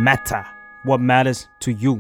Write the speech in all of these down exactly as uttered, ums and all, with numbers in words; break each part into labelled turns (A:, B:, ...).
A: matter what matters to you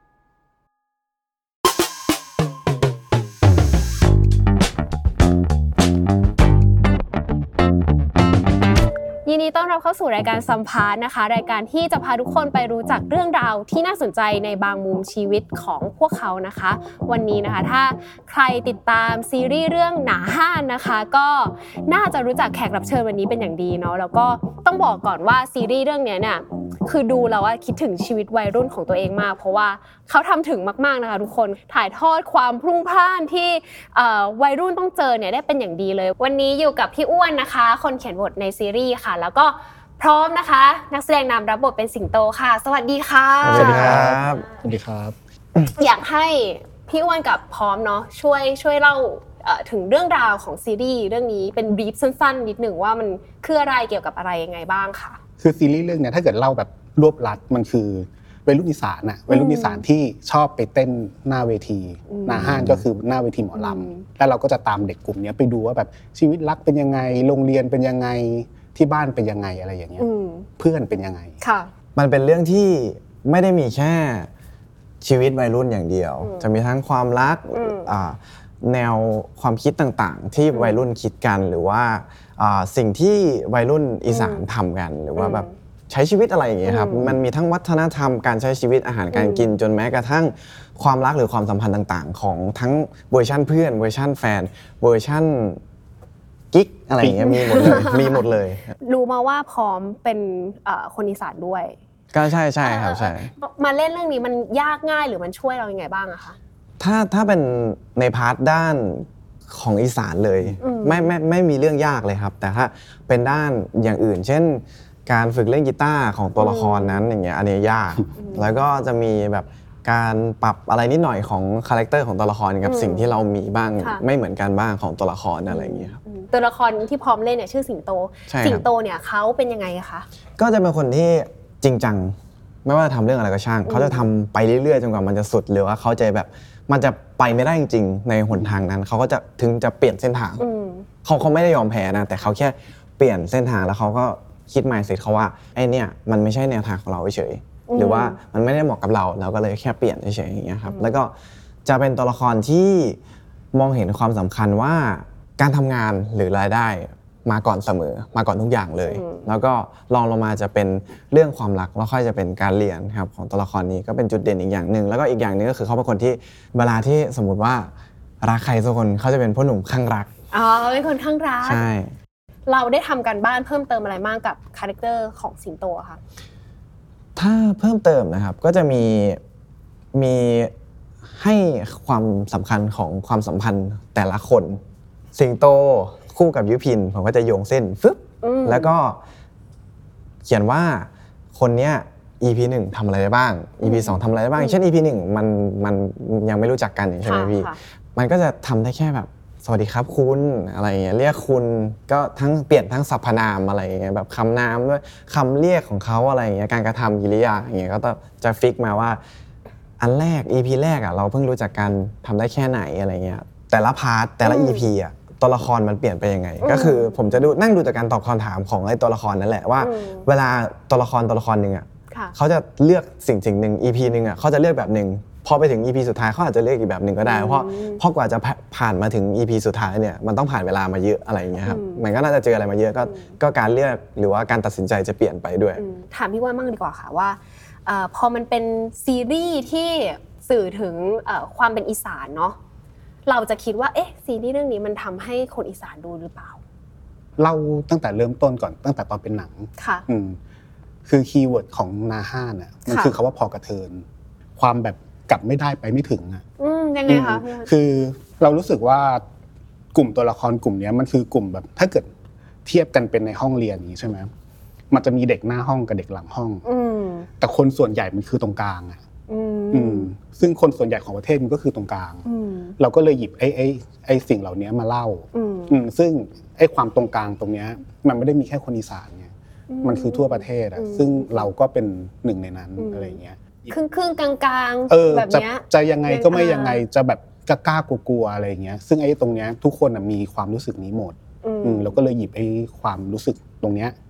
B: ยินดีต้อนรับเข้าสู่รายการสัมภาษณ์นะคะรายการที่จะพาทุกคนไปรู้จักเรื่องราวที่น่าสนใจในบางมุมชีวิตของพวกเขานะคะวันนี้นะคะถ้าใครติดตามซีรีส์เรื่องหนาห้านนะคะก็น่าจะรู้จักแขกรับเชิญวันนี้เป็นอย่างดีเนาะแล้วก็ต้องบอกก่อนว่าซีรีส์เรื่องนี้เนี่ยคือดูแล้วว่าคิดถึงชีวิตวัยรุ่นของตัวเองมากเพราะว่าเขาทำถึงมากๆนะคะทุกคนถ่ายทอดความพรุ่งพล่านที่วัยรุ่นต้องเจอเนี่ยได้เป็นอย่างดีเลยวันนี้อยู่กับพี่อ้วนนะคะคนเขียนบทในซีรีส์ค่ะแล้วก็พร้อมนะคะนักแสดงนำรับบทเป็นสิงโตค่ะสวัสดีค่ะ
C: สวัสดีครับสวัสดีครับ
B: อยากให้พี่อ้วนกับพร้อมเนาะช่วยช่วยเล่าถึงเรื่องราวของซีรีส์เรื่องนี้เป็นบรีฟสั้นๆนิดหนึ่งว่ามันคืออะไรเกี่ยวกับอะไรยังไงบ้างค่ะ
C: คือซีรีส์เรื่องเนี้ยถ้าเกิดเล่าแบบรวบลัดมันคือวัยรุ่นอีสานน่ะวัยรุ่นอีสานที่ชอบไปเต้นหน้าเวทีหน้าห้านก็คือหน้าเวทีหมอลำแล้วเราก็จะตามเด็กกลุ่มนี้ไปดูว่าแบบชีวิตรักเป็นยังไงโรงเรียนเป็นยังไงที่บ้านเป็นยังไงอะไรอย่างเงี้ยเพื่อนเป็นยังไง
B: ค่ะ
D: มันเป็นเรื่องที่ไม่ได้มีแค่ชีวิตวัยรุ่นอย่างเดียวจะมีทั้งความรักแนวความคิดต่างๆที่วัยรุ่นคิดกันหรือว่าสิ่งที่วัยรุ่นอีสานทำกันหรือว่าแบบใช้ชีวิตอะไรอย่างเงี้ยครับมันมีทั้งวัฒนธรรมการใช้ชีวิตอาหารการกินจนแม้กระทั่งความรักหรือความสัมพันธ์ต่างๆของทั้งเวอร์ชั่นเพื่อนเวอร์ชั่นแฟนเวอร์ชั่นกิ๊กอะไรอย่างเงี้ยมีหมดเลยมีหมดเลย
B: รู้มาว่าพร้อมเป็นคนอีสานด้วย
D: ก็ใช่ใช่ครับใช่
B: มาเล่นเรื่องนี้มันยากง่ายหรือมันช่วยเรายังไงบ้างอะคะ
D: ถ้าถ้าเป็นในพาร์ทด้านของอีสานเลยไม่ไม่ไม่มีเรื่องยากเลยครับแต่ถ้าเป็นด้านอย่างอื่นเช่นการฝึกเล่นกีตาร์ของตัวละครนั้นอย่างเงี้ยอันนี้ยากแล้วก็จะมีแบบการปรับอะไรนิดหน่อยของคาแรคเตอร์ของตัวละครกับสิ่งที่เรามีบ้างไม่เหมือนกันบ้างของตัวละครอะไรอย่างเงี้ยครับ
B: ตัวละครที่พร้อมเล่นเนี่ยชื่อสิงโตสิงโตเนี่ยเขาเป็นยังไงคะ
D: ก็จะเป็นคนที่จริงจังไม่ว่าทำเรื่องอะไรก็ช่างเขาจะทำไปเรื่อยๆจนกว่ามันจะสุดหรือว่าเขาจะแบบมันจะไปไม่ได้จริงๆในหนทางนั้นเขาก็จะถึงจะเปลี่ยนเส้นทางเขาเขาไม่ได้ยอมแพ้นะแต่เขาแค่เปลี่ยนเส้นทางแล้วเขาก็คิด mindset เขาว่าไอ้เนี่ยมันไม่ใช่แนวทางของเราเฉยหรือว่ามันไม่ได้เหมาะกับเราเราก็เลยแค่เปลี่ยนเฉยๆอย่างเงี้ยครับแล้วก็จะเป็นตัวละครที่มองเห็นความสำคัญว่าการทำงานหรือรายได้มาก่อนเสมอมาก่อนทุกอย่างเลยแล้วก็รองลงมาจะเป็นเรื่องความรักแล้วค่อยจะเป็นการเรียนครับของตัวละครนี้ก็เป็นจุดเด่นอีกอย่างนึงแล้วก็อีกอย่างนึงก็คือเขาเป็นคนที่เวลาที่สมมุติว่ารักใครสักคนเขาจะเป็นผู้หนุ่มข้างรัก
B: อ๋อเป็นคนข้างรัก
D: ใช่
B: เราได้ทำการบ้านเพิ่มเติมอะไรมากกับคาแรคเตอร์ของสิงโตคะ
D: ถ้าเพิ่มเติมนะครับก็จะมีมีให้ความสำคัญของความสัมพันธ์แต่ละคนสิงโตคู่กับยุพินผมก็จะโยงเส้นฟึบแล้วก็เขียนว่าคนเนี้ย อี พี หนึ่งทำอะไรได้บ้าง อี พี สองทำอะไรได้บ้างเช่น อี พี หนึ่งมันมันยังไม่รู้จักกันใช่ไหมพี่มันก็จะทำได้แค่แบบสวัสดีครับคุณอะไรอย่างเงี้ยเรียกคุณก็ทั้งเปลี่ยนทั้งสรรพนามอะไรอย่างเงี้ยแบบคำนามด้วยคำเรียกของเขาอะไรอย่างเงี้ยการกระทำกิริยาอย่างเงี้ยก็จะฟิกมาว่าอันแรก อี พี แรกอ่ะเราเพิ่งรู้จักกันทำได้แค่ไหนอะไรเงี้ยแต่ละพาร์ทแต่ละ อี พี อ่ะตัวละครมันเปลี่ยนไปยังไงก็คือผมจะดูนั่งดูจากการตอบคำถามของไอ้ตัวละครนั่นแหละว่าเวลาตัวละครตัวละครนึงอ่ะเขาจะเลือกสิ่งสิ่งนึง อี พี นึงอ่ะเขาจะเลือกแบบนึงพอไปถึง อี พี สุดท้ายเขาอาจจะเลือกอีกแบบนึงก็ได้เพราะเพราะกว่าจะผ่านมาถึง อี พี สุดท้ายเนี่ยมันต้องผ่านเวลามาเยอะอะไรอย่างเงี้ยครับมันก็น่าจะเจออะไรมาเยอะก็ก็การเลือกหรือว่าการตัดสินใจจะเปลี่ยนไปด้วย
B: ถามพี่ว่ามั่งดีกว่าค่ะว่าพอมันเป็นซีรีส์ที่สื่อถึงความเป็นอีสานเนาะเราจะคิดว่าเอ๊ะซีรีส์เรื่องนี้มันทำให้คนอีสานดูหรือเปล่า
C: เล่าตั้งแต่เริ่มต้นก่อนตั้งแต่ตอนเป็นหนัง
B: ค่ะ
C: คือคีย์เวิร์ดของนาห้าน่ะมันคือคำว่าพอกระเทินความแบบกลับไม่ได้ไปไม่ถึงอ่ะ
B: อืมยังไงคะ
C: คือเรารู้สึกว่ากลุ่มตัวละครกลุ่มนี้มันคือกลุ่มแบบถ้าเกิดเทียบกันเป็นในห้องเรียนนี้ใช่ไหมมันจะมีเด็กหน้าห้องกับเด็กหลังห้องแต่คนส่วนใหญ่มันคือตรงกลางอ่ะซึ่งคนส่วนใหญ่ของประเทศมันก็คือตรงกลางเราก็เลยหยิบไอ้ไอ้ไอ้สิ่งเหล่านี้มาเล่าซึ่งไอ้ความตรงกลางตรงนี้มันไม่ได้มีแค่คนอีสานไงมันคือทั่วประเทศอ่ะซึ่งเราก็เป็นหนึ่งในนั้นอะไรเงี้ย
B: ครึ่งครึ่งกลางกลางแบบเนี้ย
C: จะยังไงก็ไม่ยังไงจะแบบกล้ากลัวๆอะไรเงี้ยซึ่งไอ้ตรงเนี้ยทุกคนมีความรู้สึกนี้หมดเราก็เลยหยิบไอ้ความรู้สึกตรงเนี้ยเอ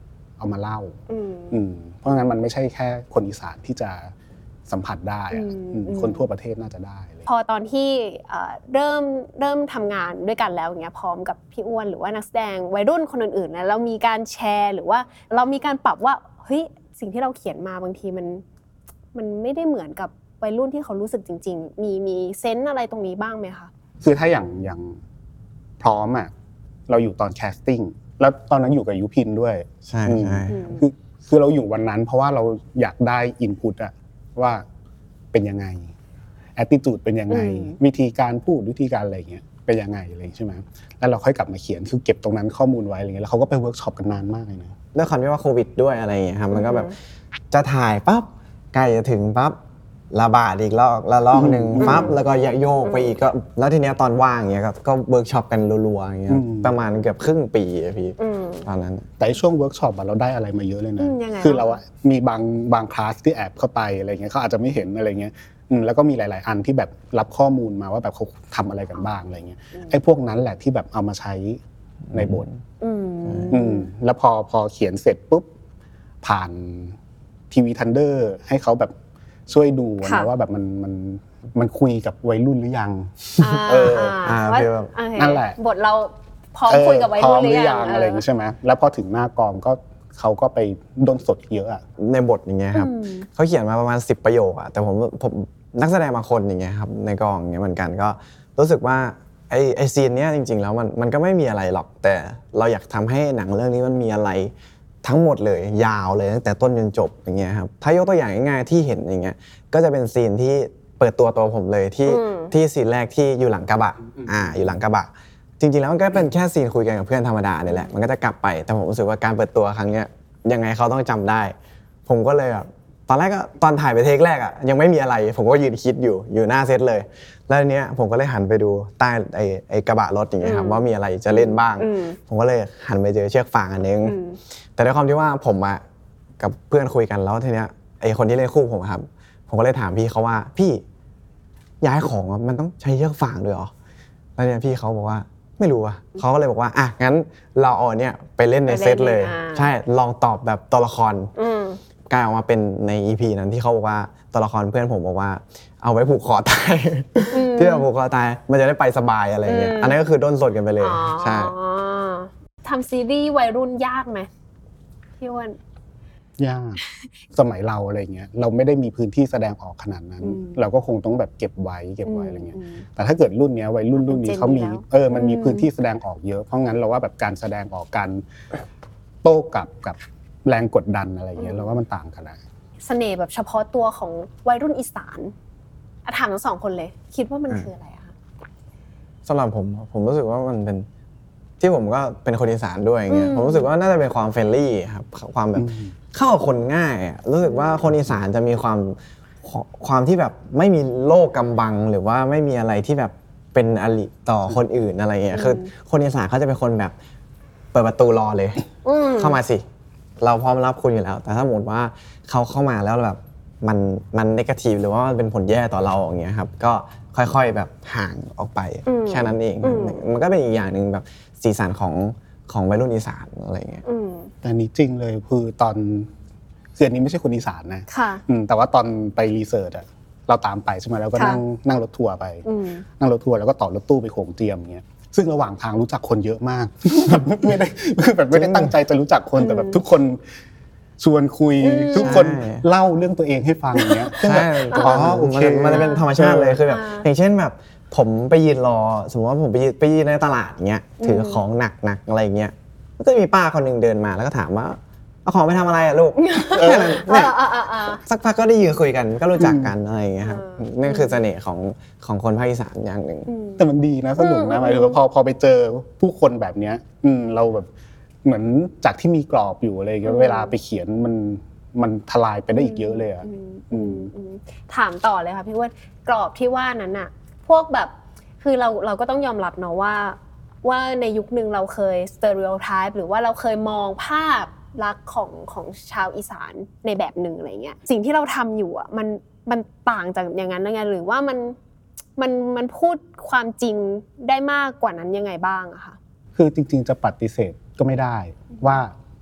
C: เอามาเล่าอืมเพราะงั้นมันไม่ใช่แค่คนอีสานที่จะสัมผัสได้คนทั่วประเทศน่าจะได้
B: พอตอนที่เริ่มเริ่มทำงานด้วยกันแล้วอย่างเงี้ยพร้อมกับพี่อ้วนหรือว่านักแสดงวัยรุ่นคนอื่นๆนะเรามีการแชร์หรือว่าเรามีการปรับว่าเฮ้ยสิ่งที่เราเขียนมาบางทีมันมันไม่ได้เหมือนกับวัยรุ่นที่เขารู้สึกจริงๆมีมีเซนส์อะไรตรงนี้บ้างไหมคะ
C: คือถ้าอย่างอย่างพร้อมอ่ะเราอยู่ตอนแคสติ้งแล้วตอนนั้นอยู่กับยุพินด้วย
D: ใช่ใช่
C: คือคือเราอยู่วันนั้นเพราะว่าเราอยากได้อินพุตอะว่าเป็นยังไงแอตติจูดเป็นยังไงวิธีการพูดวิธีการอะไรอย่างเงี้ยเป็นยังไงอะไรใช่ไหมแล้วเราค่อยกลับมาเขียนคือเก็บตรงนั้นข้อมูลไว้อะไรเงี้ยแล้วเขาก็ไปเวิร์กช็อปกันนานมากเลยนะ
D: ด้วยความที่ว่าโควิดด้วยอะไรอย่างเงี้ยครับมันก็แบบจะถ่ายปั๊บใกล้จะถึงปั๊บระบาดอีกรอบละลอกนึงปั๊บแล้วก็โยกไปอีกก็แล้วทีเนี้ยตอนว่างอย่างเงี้ยครับก็เวิร์กช็อปกันรัวๆอย่างเงี้ยประมาณเกือบครึ่งปีอะพี่ตอนนั้น
C: แต่ช่วงเวิร์กช็อปเราได้อะไรมาเยอะเลยนะคือเราอะมีบางบางคลาสที่แอบเข้าไปอะไรเงี้ยเขาอาจจะไม่เห็นอะไรเงี้ยแล้วก็มีหลายๆอันที่แบบรับข้อมูลมาว่าแบบเขาทำอะไรกันบ้างอะไรเงี้ยไอ้พวกนั้นแหละที่แบบเอามาใช้ในบทแล้วพอพอเขียนเสร็จปุ๊บผ่านทีวีทันเดอร์ให้เขาแบบช่วยดูนะว่าแบบมันมันมันคุยกับวัยรุ่นหรือยัง
B: เออ
C: นั่นแหละ
B: บทเราพร้อมคุยกับวัยรุ่นหรือยัง
C: อะไรอย่างนี้ใช่ไหมแล้วพอถึงหน้ากองก็เขาก็ไปด้นสดเยอะอะ
D: ในบทอย่างเงี้ยครับเขาเขียนมาประมาณสิบประโยคอะแต่ผมผมนักแสดงบางคนอย่างเงี้ยครับในกองอย่างเงี้ยเหมือนกันก็รู้สึกว่าไอ้ไอ้ซีนเนี้ยจริงๆแล้วมันมันก็ไม่มีอะไรหรอกแต่เราอยากทำให้หนังเรื่องนี้มันมีอะไรทั้งหมดเลยยาวเลยตั้งแต่ต้นจนจบอย่างเงี้ยครับถ้ายกตัวอย่างง่ายๆที่เห็นอย่างเงี้ยก็จะเป็นซีนที่เปิดตัวตัวผมเลยที่ที่ซีนแรกที่อยู่หลังกระบะอ่าอยู่หลังกระบะจริงๆแล้วมันก็เป็นแค่ซีนคุยกันกับเพื่อนธรรมดาเนี่ยแหละมันก็จะกลับไปแต่ผมรู้สึกว่าการเปิดตัวครั้งเนี้ยยังไงเขาต้องจำได้ผมก็เลยแบบตอนแรกก็ตอนถ่ายไปเทคแรกอ่ะยังไม่มีอะไรผมก็ยืนคิดอยู่อยู่หน้าเซตเลยแล้วทีเนี้ยผมก็เลยหันไปดูใต้ไอ้ไอ้กระบะรถอย่างเงี้ยครับว่ามีอะไรจะเล่นบ้างผมก็เลยหันไปเจอเชือกฟางอันนึงแต่ด้วยความที่ว่าผมอ่ะกับเพื่อนคุยกันแล้วทีเนี้ยไอ้คนที่เล่นคู่ผมครับผมก็เลยถามพี่เขาว่าพี่ย้ายของมันต้องใช้เชือกฟางด้วยเหรอแล้วเนี่ยพี่เขาบอกว่าไม่รู้อ่ะเขาก็เลยบอกว่าอ่ะงั้นเราเอาเนี่ยไปเล่นในเซตเลยใช่ลองตอบแบบตัวละครกลายออกมาเป็นใน อี พี นั้นที่เขาบอกว่าตัวละครเพื่อนผมบอกว่าเอาไว้ผูกคอตายที่เอาผูกคอตายมันจะได้ไปสบายอะไรเงี้ยอันนั้นก็คือด้นสดกันไปเลยใช่
B: ทำซีรีส์วัยรุ่นยากไหมพี่อ้วน
C: ยากสมัยเราอะไรเงี้ยเราไม่ได้มีพื้นที่แสดงออกขนาดนั้นเราก็คงต้องแบบเก็บไว้เก็บไว้อะไรเงี้ยแต่ถ้าเกิดรุ่นเนี้ยวัยรุ่นรุ่นนี้เขามีเออมันมีพื้นที่แสดงออกเยอะเพราะงั้นเราว่าแบบการแสดงออกการโต้กลับกับแรงกดดันอะไรเงี้ยเราว่ามันต่างกันนะ
B: เสน่ห์แบบเฉพาะตัวของวัยรุ่นอีสานถามทั้งสองคนเลยคิดว่ามันคืออะไรอะคะ
D: สำหรับผมผมรู้สึกว่ามันเป็นที่ผมก็เป็นคนอีสานด้วยอย่างเงี้ยผมรู้สึกว่าน่าจะเป็นความเฟรนลี่ครับความแบบเข้ากับคนง่ายอ่ะรู้สึกว่าคนอีสานจะมีความความที่แบบไม่มีโลกกำบังหรือว่าไม่มีอะไรที่แบบเป็นอลิต่อคนอื่นอะไรเงี้ยคือคนอีสานเขาจะเป็นคนแบบเปิดประตูรอเลยเข้ามาสิเราพร้อมรับคุณอยู่แล้วแต่ถ้าสมมติว่าเขาเข้ามาแล้วแบบมันมันเนกาทีฟหรือว่ามันเป็นผลแย่ต่อเราอย่างเงี้ยครับก็ค่อยๆแบบห่างออกไปแค่นั้นเองมันก็เป็นอีกอย่างนึงแบบสีสันของของวัยรุ่นอีสานอะไรเงี้ย
C: แต่นี้จริงเลยคือตอนคืออันนี้ไม่ใช่คนอีสานนะแต่ว่าตอนไปรีเสิร์ชอะเราตามไปใช่ไหมแล้วก็นั่งนั่งรถทัวร์ไปนั่งรถทัวร์แล้วก็ต่อรถตู้ไปโขงเจียมอย่างเงี้ยซึ่งระหว่างทางรู้จักคนเยอะมากไม่ได้คือแบบไม่ได้ตั้งใจจะรู้จักคนแต่แบบทุกคนชวนคุยทุกคนเล่าเรื่องตัวเองให้ฟังอย่างเงี้ย
D: ใช่อ๋อโอเคมันจะเป็นธรรมชาติเลยคือแบบอย่างเช่นแบบผมไปยืนรอสมมติว่าผมไปยืนไปยืนในตลาดอย่างเงี้ยถือของหนักๆอะไรเงี้ยก็จะมีป้าคนนึงเดินมาแล้วก็ถามว่าเอาของไปทำอะไรอะลูกเนี่ยสักพักก็ได้ยืนคุยกันก็รู้จักกันอะไรอย่างเงี้ยครับนั่นคือเสน่ห์ของของคนภาคอีสานอย่างหนึ่ง
C: แต่มันดีนะสนุกนะหมายถึงว่าพอพอไปเจอผู้คนแบบเนี้ยเราแบบเหมือนจากที่มีกรอบอยู่อะไรเงี้ยเวลาไปเขียนมันมันทลายไปได้อีกเยอะเลยอ่ะ
B: ถามต่อเลยค่ะพี่ว่ากรอบที่ว่านั้นอะพวกแบบคือเราเราก็ต้องยอมรับเนาะว่าว่าในยุคนึงเราเคยสเตอริโอไทป์หรือว่าเราเคยมองภาพลักษณ์ของของชาวอีสานในแบบหนึ่งอะไรเงี้ยสิ่งที่เราทำอยู่อ่ะมันมันต่างจากอย่างนั้นยังไงหรือว่ามันมันมันพูดความจริงได้มากกว่านั้นยังไงบ้างอะคะ
C: คือจริงๆจะปฏิเสธก็ไม่ได้ว่า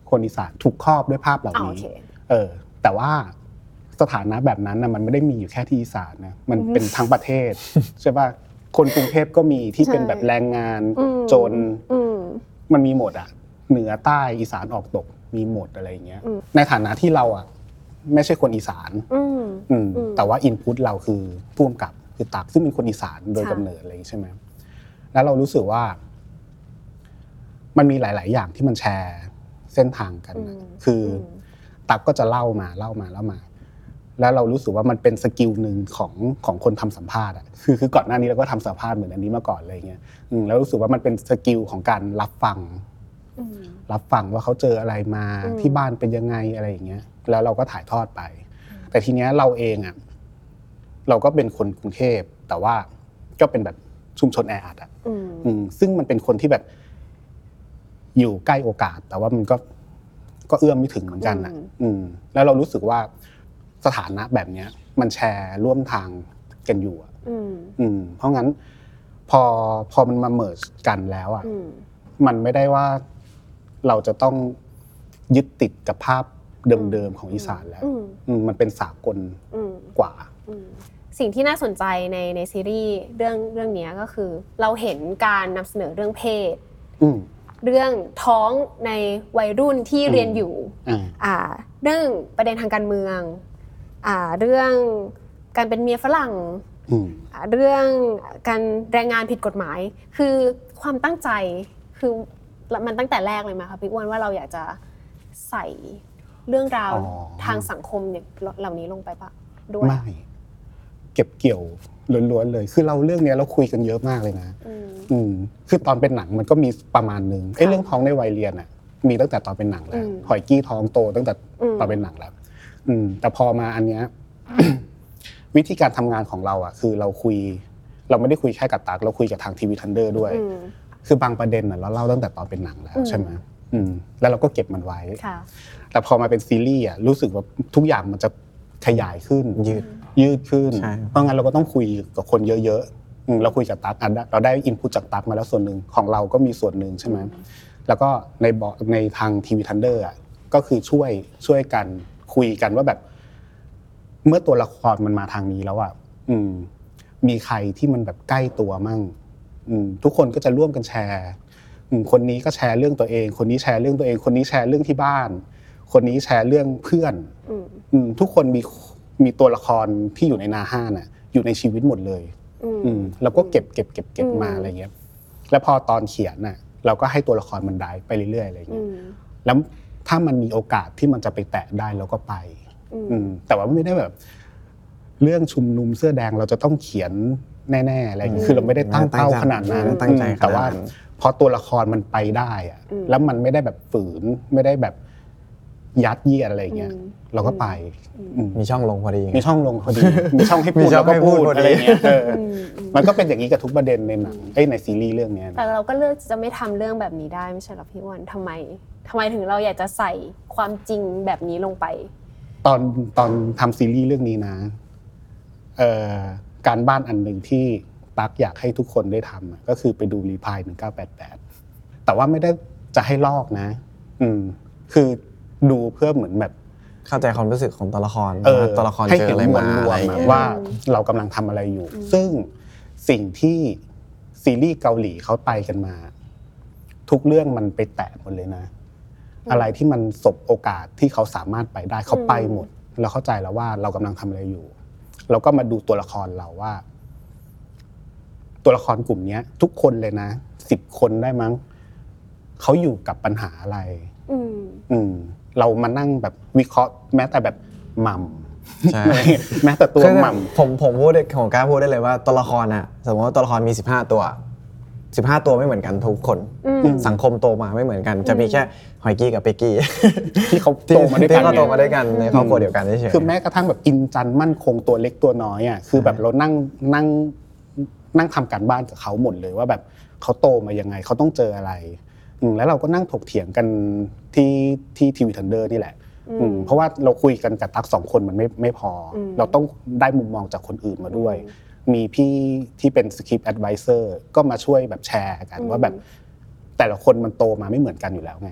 C: คนอีสานถูกครอบด้วยภาพเหล่านี้เออแต่ว่าสถานะแบบนั้นนะมันไม่ได้มีอยู่แค่ที่อีสานนะมันเป็นทั้งประเทศใช่ป่ะคนกรุงเทพก็มีที่เป็นแบบแรงงานจนมันมีหมดอ่ะเหนือใต้อีสานออกตกมีหมดอะไรอย่างเงี้ยในฐานะที่เราอ่ะไม่ใช่คนอีสานแต่ว่าอินพุตเราคือผู้กำกับคือตักซึ่งเป็นคนอีสานโดยกำเนิดอะไรใช่ไหมแล้วเรารู้สึกว่ามันมีหลายๆอย่างที่มันแชร์เส้นทางกันคือตักก็จะเล่ามาเล่ามาเล่ามาแล้วเรารู้สึกว่ามันเป็นสกิลนึงของของคนทำสัมภาษณ์อ่ะคือคือก่อนหน้านี้เราก็ทำสัมภาษณ์เหมือนอันนี้มาก่อนอะไรเงี้ยแล้วรู้สึกว่ามันเป็นสกิลของการรับฟังรับฟังว่าเขาเจออะไรมาที่บ้านเป็นยังไงอะไรอย่างเงี้ยแล้วเราก็ถ่ายทอดไปแต่ทีเนี้ยเราเองอ่ะเราก็เป็นคนกรุงเทพแต่ว่าก็เป็นแบบชุมชนแออัดอ่ะซึ่งมันเป็นคนที่แบบอยู่ใกล้โอกาสแต่ว่ามันก็ก็เอื้อมไม่ถึงเหมือนกันอ่ะแล้วเรารู้สึกว่าสถานะแบบเนี้ยมันแชร์ร่วมทางกันอยู่อ่ะเพราะงั้นพอพอมันมาเมิร์จกันแล้วอ่ะมันไม่ได้ว่าเราจะต้องยึดติดกับภาพเดิมๆของอีสานแล้วมันเป็นสากลกว่า
B: สิ่งที่น่าสนใจในในซีรีส์เรื่องเรื่องนี้ก็คือเราเห็นการนำเสนอเรื่องเพศเรื่องท้องในวัยรุ่นที่เรียนอยู่อ่าเรื่องประเด็นทางการเมืองอ่าเรื่องการเป็นเมียฝรั่งอ่าเรื่องการแรงงานผิดกฎหมายคือความตั้งใจคือมันตั้งแต่แรกเลยมั้ยคะพี่อ้วนว่าเราอยากจะใส่เรื่องราวทางสังคมเนี่ยเหล่านี้ลงไปปะด้วย
C: ไม่เก็บเกี่ยวล้วนๆเลยคือเราเรื่องนี้เราคุยกันเยอะมากเลยนะอืมคือตอนเป็นหนังมันก็มีประมาณนึงไอ้เรื่องท้องในวัยเรียนน่ะมีตั้งแต่ตอนเป็นหนังแล้วหอยกี้ท้องโตตั้งแต่ตอนเป็นหนังแล้วอืมแต่พอมาอันเนี้ย วิธีการทำงานของเราอ่ะคือเราคุยเราไม่ได้คุยแค่กับตั๊กเราคุยกับทางทีวีทันเดอร์ด้วยคือบางประเด็นน่ะเราเล่าตั้งแต่ตอนเป็นหนังแล้วใช่มั้ยอืมแล้วเราก็เก็บมันไว้ค่ะแต่พอมาเป็นซีรีส์อ่ะรู้สึกว่าทุกอย่างมันจะขยายขึ้นยืดยืดขึ้นเพราะงั้นเราก็ต้องคุยกับคนเยอะๆเราคุยกับตั๊กเราได้อินพุตจากตั๊กมาแล้วส่วนนึงของเราก็มีส่วนนึงใช่มั้ยแล้วก็ในในทางทีวีทันเดอร์อ่ะก็คือช่วยช่วยกันคุยกันว่าแบบเมื่อตัวละครมันมาทางนี้แล้วอ่ะอืมมีใครที่มันแบบใกล้ตัวมั่งอืมทุกคนก็จะร่วมกันแชร์อืมคนนี้ก็แชร์เรื่องตัวเองคนนี้แชร์เรื่องตัวเองคนนี้แชร์เรื่องที่บ้านคนนี้แชร์เรื่องเพื่อนอืมทุกคนมีมีตัวละครที่อยู่ในนาห้าน่ะอยู่ในชีวิตหมดเลยอืมแล้วก็เก็บเก็บเก็บเก็บมาอะไรเงี้ยแล้วพอตอนเขียนน่ะเราก็ให้ตัวละครมันได้ไปเรื่อยๆอะไรเงี้ยแล้วถ้ามันมีโอกาสที่มันจะไปแตะได้เราก็ไปอืมแต่ว่าไม่ได้แบบเรื่องชุมนุมเสื้อแดงเราจะต้องเขียนแน่ๆอะไรอย่างงี้คือเราไม่ได้ตั้งเป้าขนาดนั้นแต่ว่าพอตัวละครมันไปได้อะแล้วมันไม่ได้แบบฝืนไม่ได้แบบยัดเยียดอะไรอย่างเงี้ยเราก็ไป
D: มีช่องลงพอดี
C: มีช่องลงพอดีมีช่องให้พูดแล้วก็พูดอะไรอย่างเงี้ยเออมันก็เป็นอย่างนี้กับทุกประเด็นในหนังเอ้ยในซีรีส์เรื่องนี้
B: แต่เราก็เลือกจะไม่ทำเรื่องแบบนี้ได้ไม่ใช่หรอพี่อ้วนทำไมทำไมถึงเราอยากจะใส่ความจริงแบบนี้ลงไป
C: ตอนตอนทำซีรีส์เรื่องนี้นะเอ่อการบ้านอันนึงที่ตั๊กอยากให้ทุกคนได้ทำก็คือไปดูรีพายหนึ่งเก้าแปดแปดแต่ว่าไม่ได้จะให้ลอกนะอืมคือดูเพื่อเหมือนแบบ
D: เข้าใจความรู้สึกของตัวละครว่าตัวละครเจออะไรมาอะไร
C: ว่าเรากำลังทำอะไรอยู่ซึ่งสิ่งที่ซีรีส์เกาหลีเขาไปกันมาทุกเรื่องมันไปแตะหมดเลยนะอะไรที่มันสบโอกาสที่เขาสามารถไปได้เขาไปหมดเราเข้าใจแล้วว่าเรากำลังทำอะไรอยู่เราก็มาดูตัวละครเราว่าตัวละครกลุ่มนี้ทุกคนเลยนะสิบคนได้มั้งเขาอยู่กับปัญหาอะไรอืมเรามานั่งแบบวิเคราะห์แม้แต่แบบหม่ำใช่แม้แต่ตัวหม่
D: ำผมผมพูดได้ผมกล้าพูดได้เลยว่าตัวละครน่ะสมมติว่าตัวละครมีสิบห้าตัวสิบห้าตัวไม่เหมือนกันทุกคนสังคมโตมาไม่เหมือนกันจะมีแค่หอยกี้กับเปกกี้
C: ที่เขาโตมาด้วยกัน
D: ที่เขาโตมาด้วยกันในครอบครัวเดียวกันเฉยๆ
C: คือแม้กระทั่งแบบอินจันมั่นคงตัวเล็กตัวน้อยอ่ะคือแบบเรานั่งนั่งนั่งทำการบ้านกับเขาหมดเลยว่าแบบเขาโตมายังไงเขาต้องเจออะไรแล้วเราก็นั่งถกเถียงกันที่ที่ทีวีทันเดอร์นี่แหละเพราะว่าเราคุยกันกับตั๊กสองคนมันไม่ไม่พอเราต้องได้มุมมองจากคนอื่นมาด้วยมีพี่ที่เป็นสคริปต์แอดไวเซอร์ก็มาช่วยแบบแชร์กันว่าแบบแต่ละคนมันโตมาไม่เหมือนกันอยู่แล้วไง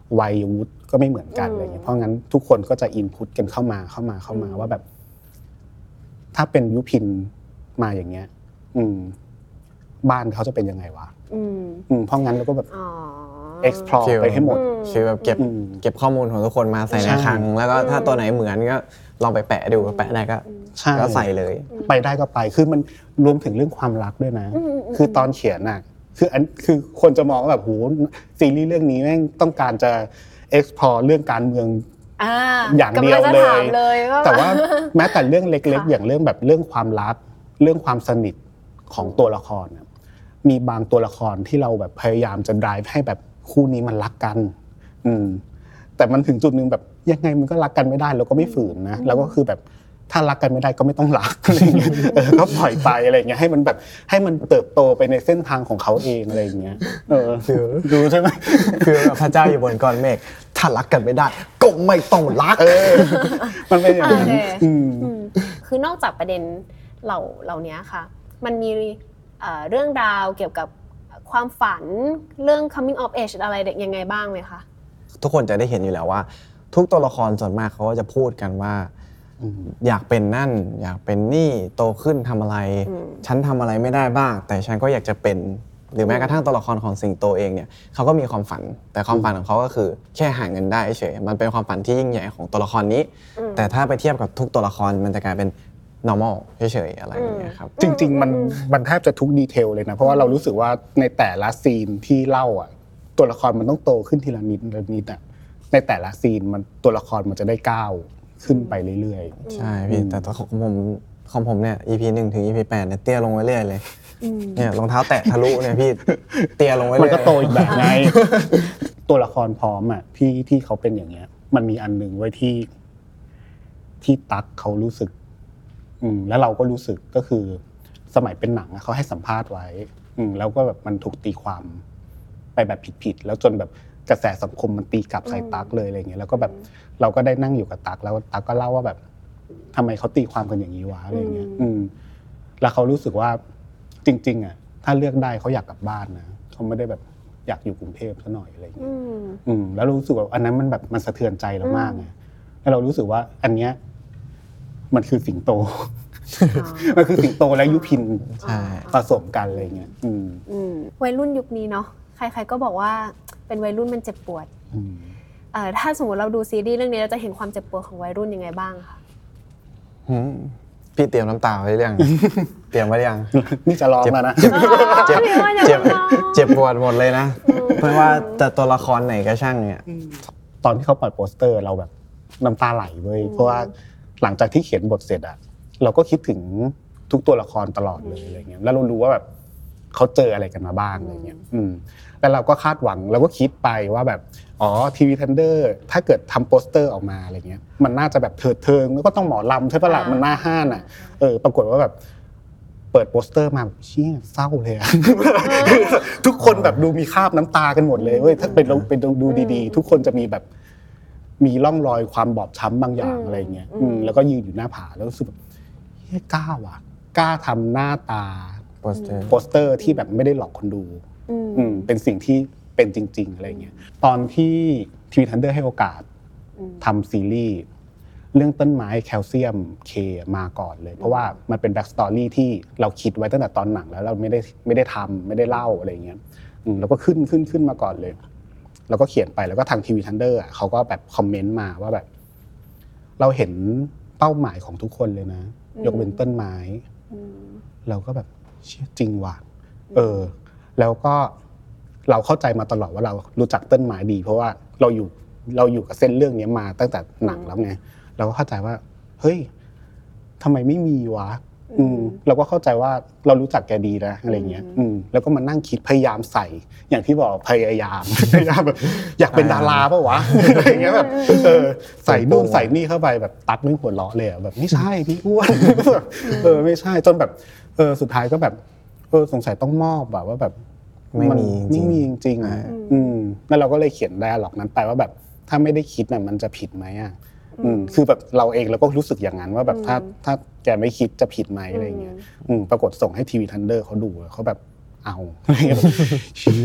C: วัยวุฒิก็ไม่เหมือนกันอะไรเงี้ยเพราะงั้นทุกคนก็จะอินพุตกันเข้ามาเข้ามาเข้ามาว่าแบบถ้าเป็นยุพินมาอย่างเงี้ยอืมบ้านเขาจะเป็นยังไงวะอืมเพราะงั้นเราก็แบบ explore ไปให้หมด
D: คือแบบเก็บเก็บข้อมูลของทุกคนมาใส่ในคลังแล้วก็ถ้าตัวไหนเหมือนก็ลองไปแปะดูแปะได้ก็ก็ใส่เลย
C: ไปได้ก็ไปคือมันรวมถึงเรื่องความรักด้วยนะคือตอนเขียนน่ะคืออันคือคนจะมองว่าแบบโหซีรีส์เรื่องนี้แม่งต้องการจะ explore เรื่องการเมืองอย่างเดียวเลยแต่ว่าแม้แต่เรื่องเล็กๆอย่างเรื่องแบบเรื่องความรักเรื่องความสนิทของตัวละครมีบางตัวละครที่เราแบบพยายามจะ drive ให้แบบคู่นี้มันรักกันอืมแต่มันถึงจุดนึงแบบยังไงมันก็รักกันไม่ได้เราก็ไม่ฝืนนะแล้วก็คือแบบถ้ารักกันไม่ได้ก็ไม่ต้องรักอะไรเงี้ยเออก็ปล่อยไปอะไรเงี้ยให้มันแบบให้มันเติบโตไปในเส้นทางของเขาเองอะไรเงี้ยเออดูใช่ไหม
D: คือพระเจ้าอยู่บนก้อนเมฆถ้ารักกันไม่ได้ก็ไม่ต้องรักเออ
C: มันเป็นอย่างนั้น
B: คือนอกจากประเด็นเหล่าเหล่านี้ค่ะมันมีเรื่องราวเกี่ยวกับความฝันเรื่อง coming of age อะไรยังไงบ้างไหมคะ
D: ทุกคนจะได้เห็นอยู่แล้วว่าทุกตัวละครส่วนมากเขาก็จะพูดกันว่าอยากเป็นนั่นอยากเป็นนี่โตขึ้นทำอะไรฉันทำอะไรไม่ได้บ้างแต่ฉันก็อยากจะเป็นหรือแม้กระทั่งตัวละครของสิงโตเองเนี่ยเขาก็มีความฝันแต่ความฝันของเขาก็คือแค่หาเงินได้เฉยมันเป็นความฝันที่ยิ่งใหญ่ของตัวละครนี้แต่ถ้าไปเทียบกับทุกตัวละครมันจะกลายเป็น normal เฉยๆอะไรอย่างเงี้ยครับ
C: จริงๆมันมันแทบจะทุกดีเทลเลยนะเพราะว่าเรารู้สึกว่าในแต่ละซีนที่เล่าอ่ะตัวละครมันต้องโตขึ้นทีละนิดละนิดอ่ะในแต่ละซีนมันตัวละครมันจะได้ก้าวขึ้นไปเรื่อย
D: ๆใช่พี่แต่ของผมของผมเนี่ย อี พี หนึ่งถึง อี พี แปดเนี่ยเตี้ยลงเรื่อยๆเลยเนี่ยรองเท้าแตะทะลุเนี่ยพี่เตี้ยลงเรื่อยๆ
C: มันก็โตอีกแบบไงตัวละครพร้อมอ่ะที่ที่เขาเป็นอย่างเงี้ยมันมีอันนึงไว้ที่ที่ตั๊กเขารู้สึกอืมแล้วเราก็รู้สึกก็คือสมัยเป็นหนังเขาให้สัมภาษณ์ไว้อืมแล้วก็แบบมันถูกตีความไปแบบผิดๆแล้วจนแบบกระแสสังคมมันตีกลับใส่ตั๊กเลยอะไรเงี้ยแล้วก็แบบเราก็ได้นั่งอยู่กับตั๊กแล้วตั๊กก็เล่าว่าแบบทำไมเขาตีความกันอย่างนี้วะอะไรเงี้ยอืมแล้วเขารู้สึกว่าจริงๆอ่ะถ้าเลือกได้เขาอยากกลับบ้านนะเขาไม่ได้แบบอยากอยู่กรุงเทพซะหน่อยอะไรเงี้ยอืมแล้วรู้สึกว่าอันนั้นมันแบบมันสะเทือนใจเรามากไงแล้วเรารู้สึกว่าอันเนี้ยมันคือสิงโตมันคือสิงโตและยุพินผสมกันอะไรเงี้ย
B: วัยรุ่นยุคนี้เนาะใครๆก็บอกว่าเป็นวัยรุ่นมันเจ็บปวดถ้าสมมติเราดูซีรีส์เรื่องนี้เราจะเห็นความเจ็บปวดของวัยรุ่นยังไงบ้างคะ
D: พี่เตรียมน้ำตาไว้หรือยังเตรียมไว้หรือยัง
C: นี่จะร้องแล้วนะ
D: เจ็บเจ็บเจ็บปวดหมดเลยนะเพราะว่าแต่ตัวละครไหนก็ช่างเนี่ย
C: ตอนที่เขาปล่อยโปสเตอร์เราแบบน้ำตาไหลเว้ยเพราะว่าหลังจากที่เขียนบทเสร็จอะเราก็คิดถึงทุกตัวละครตลอดเลยอะไรเงี้ยแล้วเรารู้ว่าแบบเขาเจออะไรกันมาบ้างอะไรเงี้ยอืมแล้วเราก็คาดหวังเราก็คิดไปว่าแบบอ๋อทีวีทันเดอร์ถ้าเกิดทำโปสเตอร์ออกมาอะไรเงี้ยมันน่าจะแบบเถิดเทิงแล้วก็ต้องหมอลำใช่ปะล่ะมันหน้าห้านอ่ะเออปรากฏว่าแบบเปิดโปสเตอร์มาเชี่ยเศร้าเลยอะทุกคนแบบดูมีคราบน้ำตากันหมดเลยเว้ยถ้าเป็นไปดูดีๆทุกคนจะมีแบบมีร่องรอยความบอบช้ำบางอย่างอะไรเงี้ยอืมแล้วก็ยืนอยู่หน้าผาแล้วรู้สึกแบบเฮ้ยกล้าว่ะกล้าทำหน้าตาโปสเตอร์โปสเตอร์ที่แบบไม่ได้หลอกคนดูอืมเป็นสิ่งที่เป็นจริงๆอะไรเงี้ยตอนที่ทีวีทันเดอร์ให้โอกาสทำซีรีส์เรื่องต้นไม้แคลเซียมเคมาก่อนเลยเพราะว่ามันเป็นแบ็กสตอรี่ที่เราคิดไว้ตั้งแต่ตอนหนังแล้วเราไม่ได้ไม่ได้ทำไม่ได้เล่าอะไรเงี้ยอืมแล้วก็ขึ้นขึ้นขึ้นมาก่อนเลยแล้วก็เขียนไปแล้วก็ทางทีวีทันเดอร์อ่ะเขาก็แบบคอมเมนต์มาว่าแบบเราเห็นเป้าหมายของทุกคนเลยนะยกเว้นต้นไม้เราก็แบบเชื่อจริงว่ะเออแล้วก็เราเข้าใจมาตลอดว่าเรารู้จักต้นไม้ดีเพราะว่าเราอยู่เราอยู่กับเส้นเรื่องนี้มาตั้งแต่หนังแล้วไงเราก็เข้าใจว่าเฮ้ยทำไมไม่มีวะอืมเราก็เข้าใจว่าเรารู้จักแกดีนะอะไรเงี้ยอืมแล้วก็มานั่งคิดพยายามใส่อย่างที่บอกพยายามพยายามแบบอยากเป็นดาราป่ะวะอะไรเงี้ยแบบเออใส่นู่นใส่นี่เข้าไปแบบตัดไม่หัวเราะเลยแบบไม่ใช่พี่อ้วนเออไม่ใช่จนแบบเออสุดท้ายก็แบบเออสงสัยต้องมอบแบบว่าแบบ
D: ไม่มี
C: ไม่มีจริงๆอ่ะอืมแล้วเราก็เลยเขียนไดอะล็อกนั้นไปว่าแบบถ้าไม่ได้คิดน่ะมันจะผิดมั้ยอ่ะอืมคือแบบเราเองเราก็รู้สึกอย่างนั้นว่าแบบถ้าถ้าแกไม่คิดจะผิดมั้ยอะไรเงี้ยอืมปรากฏส่งให้ทีวีทันเดอร์เขาดูเขาแบบเอาอะไรเงี้ยชื่อแบบจ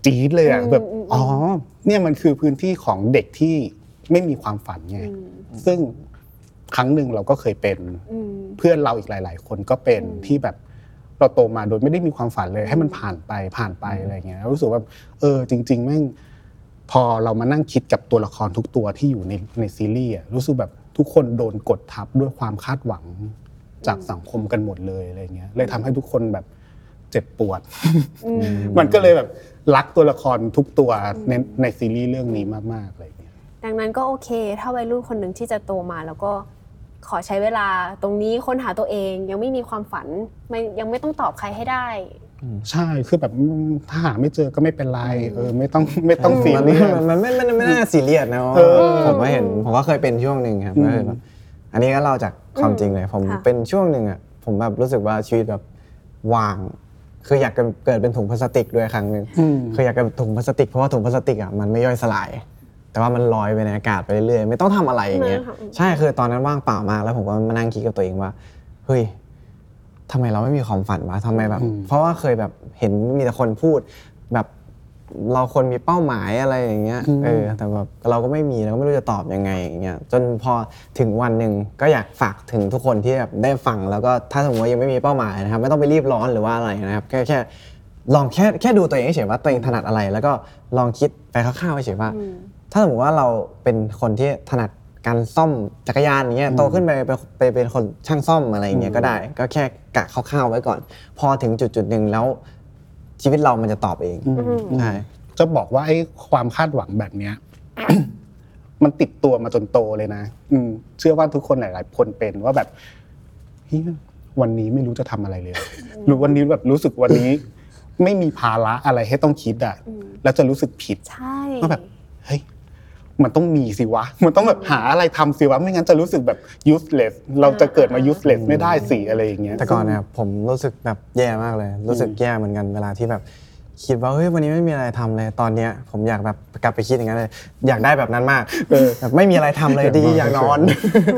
C: จี๊ดเลยอ่ะแบบอ๋อเนี่ยมันคือพื้นที่ของเด็กที่ไม่มีความฝันไงซึ่งครั้งหนึ่งเราก็เคยเป็นเพื่อนเราอีกหลายๆคนก็เป็นที่แบบเราโตมาโดยไม่ได้มีความฝันเลยให้มันผ่านไปผ่านไปอะไรเงี้ยรู้สึกว่าเออจริงๆแม่งพอเรามานั่งคิดกับตัวละครทุกตัวที่อยู่ในในซีรีส์อ่ะรู้สึกแบบทุกคนโดนกดทับด้วยความคาดหวังจากสังคมกันหมดเลยอะไรเงี้ยเลยทำให้ทุกคนแบบเจ็บปวดมันก็เลยแบบรักตัวละครทุกตัวในในซีรีส์เรื่องนี้มากๆอะไรเงี้ย
B: ดังนั้นก็โอเคถ้าวัยรุ่นคนหนึ่งที่จะโตมาแล้วก็ขอใช้เวลาตรงนี้ค้นหาตัวเองยังไม่มีความฝันไม่ยังไม่ต้องตอบใครให้ได้
C: ใช่คือแบบถ้าหาไม่เจอก็ไม่เป็นไรเออไม่ต้องไม่ต้องซีเรียส
D: มันไม่ไม่น่าซีเรียสนะผมก็เห็นผมก็เคยเป็นช่วงนึงครับก็คือแบบอันนี้ก็เล่าจากความจริงเลยผมเป็นช่วงนึงอ่ะผมแบบรู้สึกว่าชีวิตแบบว่างคืออยากเกิดเป็นถุงพลาสติกด้วยครั้งนึงคืออยากเกิดถุงพลาสติกเพราะว่าถุงพลาสติกอ่ะมันไม่ย่อยสลายแต่ว่ามันลอยไปในอากาศไปเรื่อยๆไม่ต้องทำอะไรอย่างเงี้ยใช่คือตอนนั้นว่างเปล่ามากแล้วผมก็มานั่งคิดกับตัวเองว่าเฮ้ยทำไมเราไม่มีความฝันวะทำไมแบบเพราะว่าเคยแบบเห็นมีแต่คนพูดแบบเราคนมีเป้าหมายอะไรอย่างเงี้ยเออแต่แบบเราก็ไม่มีเราก็ไม่รู้จะตอบยังไงอย่างเงี้ยจนพอถึงวันหนึ่งก็อยากฝากถึงทุกคนที่แบบได้ฟังแล้วก็ถ้าสมมติว่ายังไม่มีเป้าหมายนะครับไม่ต้องไปรีบร้อนหรือว่าอะไรนะครับแค่แค่ลองแค่แค่ดูตัวเองเฉยว่าตัวเองถนัดอะไรแล้วก็ลองคิดไปคร่าวๆเฉยว่าถ้าสมมติว่าเราเป็นคนที่ถนัดการซ่อมจักรยานอย่างเงี้ยโตขึ้นไปไปเป็นคนช่างซ่อมอะไรอย่างเงี้ยก็ได้ก็แค่กะคร่าวๆไว้ก่อนพอถึงจุดๆนึงแล้วชีวิตเรามันจะตอบเองใช่
C: จะบอกว่าไอ้ความคาดหวังแบบเนี้ย มันติดตัวมาจนโตเลยนะเชื่อว่าทุกคนหลายๆคนเป็นว่าแบบเฮ้ยวันนี้ไม่รู้จะทำอะไรเลยหรือวันนี้แบบรู้สึกวันนี้ไม่มีภาระอะไรให้ต้องคิดอ่ะแล้วจะรู้สึกผิดว่าแบบเฮ้ยมันต้องมีสิวะมันต้องแบบหาอะไรทำสิวะไม่งั้นจะรู้สึกแบบ useless เราจะเกิดมา useless ไม่ได้สิอะไรอย่างเงี้ย
D: แต่ก่อนเนี่ยผมรู้สึกแบบแย่มากเลยรู้สึกแย่เหมือนกันเวลาที่แบบคิดว่าเฮ้ยวันนี้ไม่มีอะไรทำเลยตอนเนี้ยผมอยากแบบกลับไปคิดอย่างนั้นเลยอยากได้แบบนั้นมากแบบไม่มีอะไรทำเลยดีอยากนอน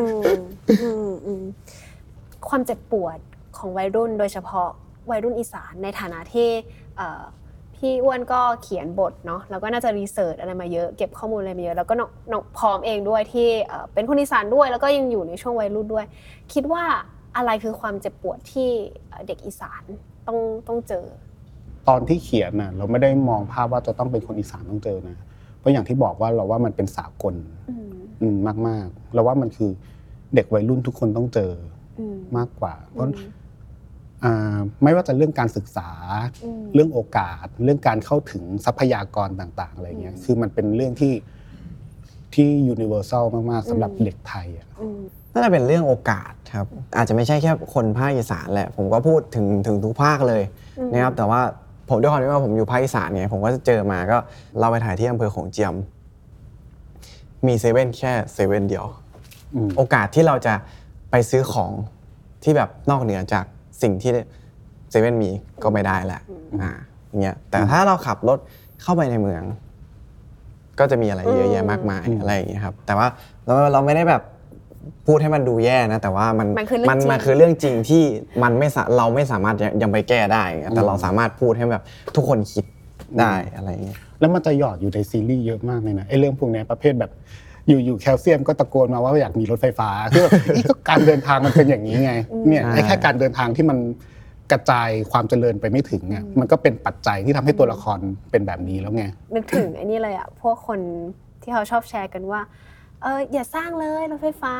B: ความเจ็บปวดของวัยรุ่นโดยเฉพาะวัยรุ่นอีสานในฐานะที่พี่อ้วนก็เขียนบทเนาะแล้วก็น่าจะรีเสิร์ชอะไรมาเยอะเก็บข้อมูลอะไรมาเยอะแล้วก็น้องพร้อมเองด้วยที่เป็นคนอีสานด้วยแล้วก็ยังอยู่ในช่วงวัยรุ่นด้วยคิดว่าอะไรคือความเจ็บปวดที่เด็กอีสานต้องต้องเจอ
C: ตอนที่เขียนน่ะเราไม่ได้มองภาพว่าจะต้องเป็นคนอีสานต้องเจอนะเพราะอย่างที่บอกว่าเราว่ามันเป็นสากลอืมมากๆเราว่ามันคือเด็กวัยรุ่นทุกคนต้องเจอมากกว่าเพราะอ่าไม่ว่าจะเรื่องการศึกษาเรื่องโอกาสเรื่องการเข้าถึงทรัพยากรต่างๆอะไรเงี้ยคือมันเป็นเรื่องที่ที่ universal มากๆสำหรับเด็กไทยอ่ะ
D: น่าจะเป็นเรื่องโอกาสครับอาจจะไม่ใช่แค่คนภาคอีสานแหละผมก็พูดถึงถึงทุกภาคเลยนะครับแต่ว่าผมด้วยความที่ว่าผมอยู่ภาคอีสานไงผมก็จะเจอมาก็เราไปถ่ายที่อำเภอโขงเจียมมีเซเว่นแค่เซเว่นเดียวโอกาสที่เราจะไปซื้อของที่แบบนอกเหนือจากสิ่งที่เซเว่นมีก็ไม่ได้แหละอ่าเงี้ยแต่ถ้าเราขับรถเข้าไปในเมืองก็จะมีอะไรเยอะแยะมากมายอะไรอย่างเงี้ยครับแต่ว่าเราเราไม่ได้แบบพูดให้มันดูแย่นะแต่ว่ามันมันมันคือเรื่องจริงที่มันไม่เราไม่สามารถยังไปแก้ได้แต่เราสามารถพูดให้แบบทุกคนคิดได้อะไรอย่างเงี้ย
C: แล้วมันจะหยอดอยู่ในซีรีส์เยอะมากเลยนะไอ้เรื่องพวกนี้ประเภทแบบอยู่ๆแคลเซียมก็ตะโกนมาว่าอยากมีรถไฟฟ้าคือแบบนี่ก็การเดินทางมันเป็นอย่างนี้ไงเนี่ยไอ้แค่การเดินทางที่มันกระจายความเจริญไปไม่ถึงอ่ะมันก็เป็นปัจจัยที่ทำให้ตัวละครเป็นแบบนี้แล้วไง
B: นึกถึงไอ้นี่เลยอ่ะพวกคนที่เขาชอบแชร์กันว่าเอออย่าสร้างเลยรถไฟฟ้า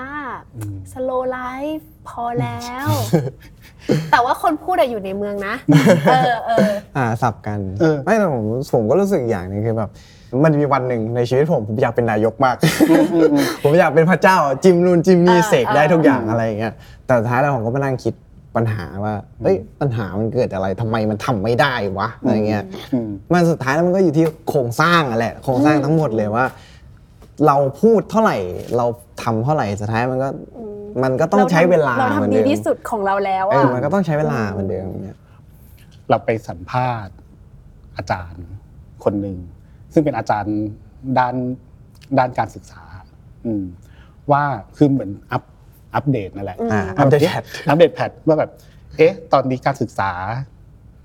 B: slow life พอแล้วแต่ว่าคนพูดอะอยู่ในเมืองนะเออเออ
D: อ่าสับกันไม่แต่ผมผมก็รู้สึกอย่างนึงคือแบบมันมีวันหนึ่งในชีวิตผมผมอยากเป็นนายกมากผมอยากเป็นพระเจ้าจิ้มนู่นจิ้มนี่เสกได้ทุกอย่างอะไรอย่างเงี้ยแต่สุดท้ายแล้วผมก็มานั่งคิดปัญหาว่าเฮ้ยปัญหามันเกิดอะไรทำไมมันทำไม่ได้วะอะไรเงี้ยมันสุดท้ายแล้วมันก็อยู่ที่โครงสร้างแหละโครงสร้างทั้งหมดเลยว่าเราพูดเท่าไหร่เราทำเท่าไหร่สุดท้ายมันก็มันก็ต้องใช้เวลาเหมือนเดิม
B: เราทำดีที่สุดของเราแล้วอ่ะ
D: มันก็ต้องใช้เวลาเหมือนเดิมเนี่ย
C: เราไปสัมภาษณ์อาจารย์คนหนึ่งซึ่งเป็นอาจารย์ด้านด้านการศึกษาว่าคือเหมือนอัปอัปเดตนั่นแหละ
D: อัปเดตแพท
C: อัปเดตแพทว่าแบบเอ๊ะตอนนี้การศึกษา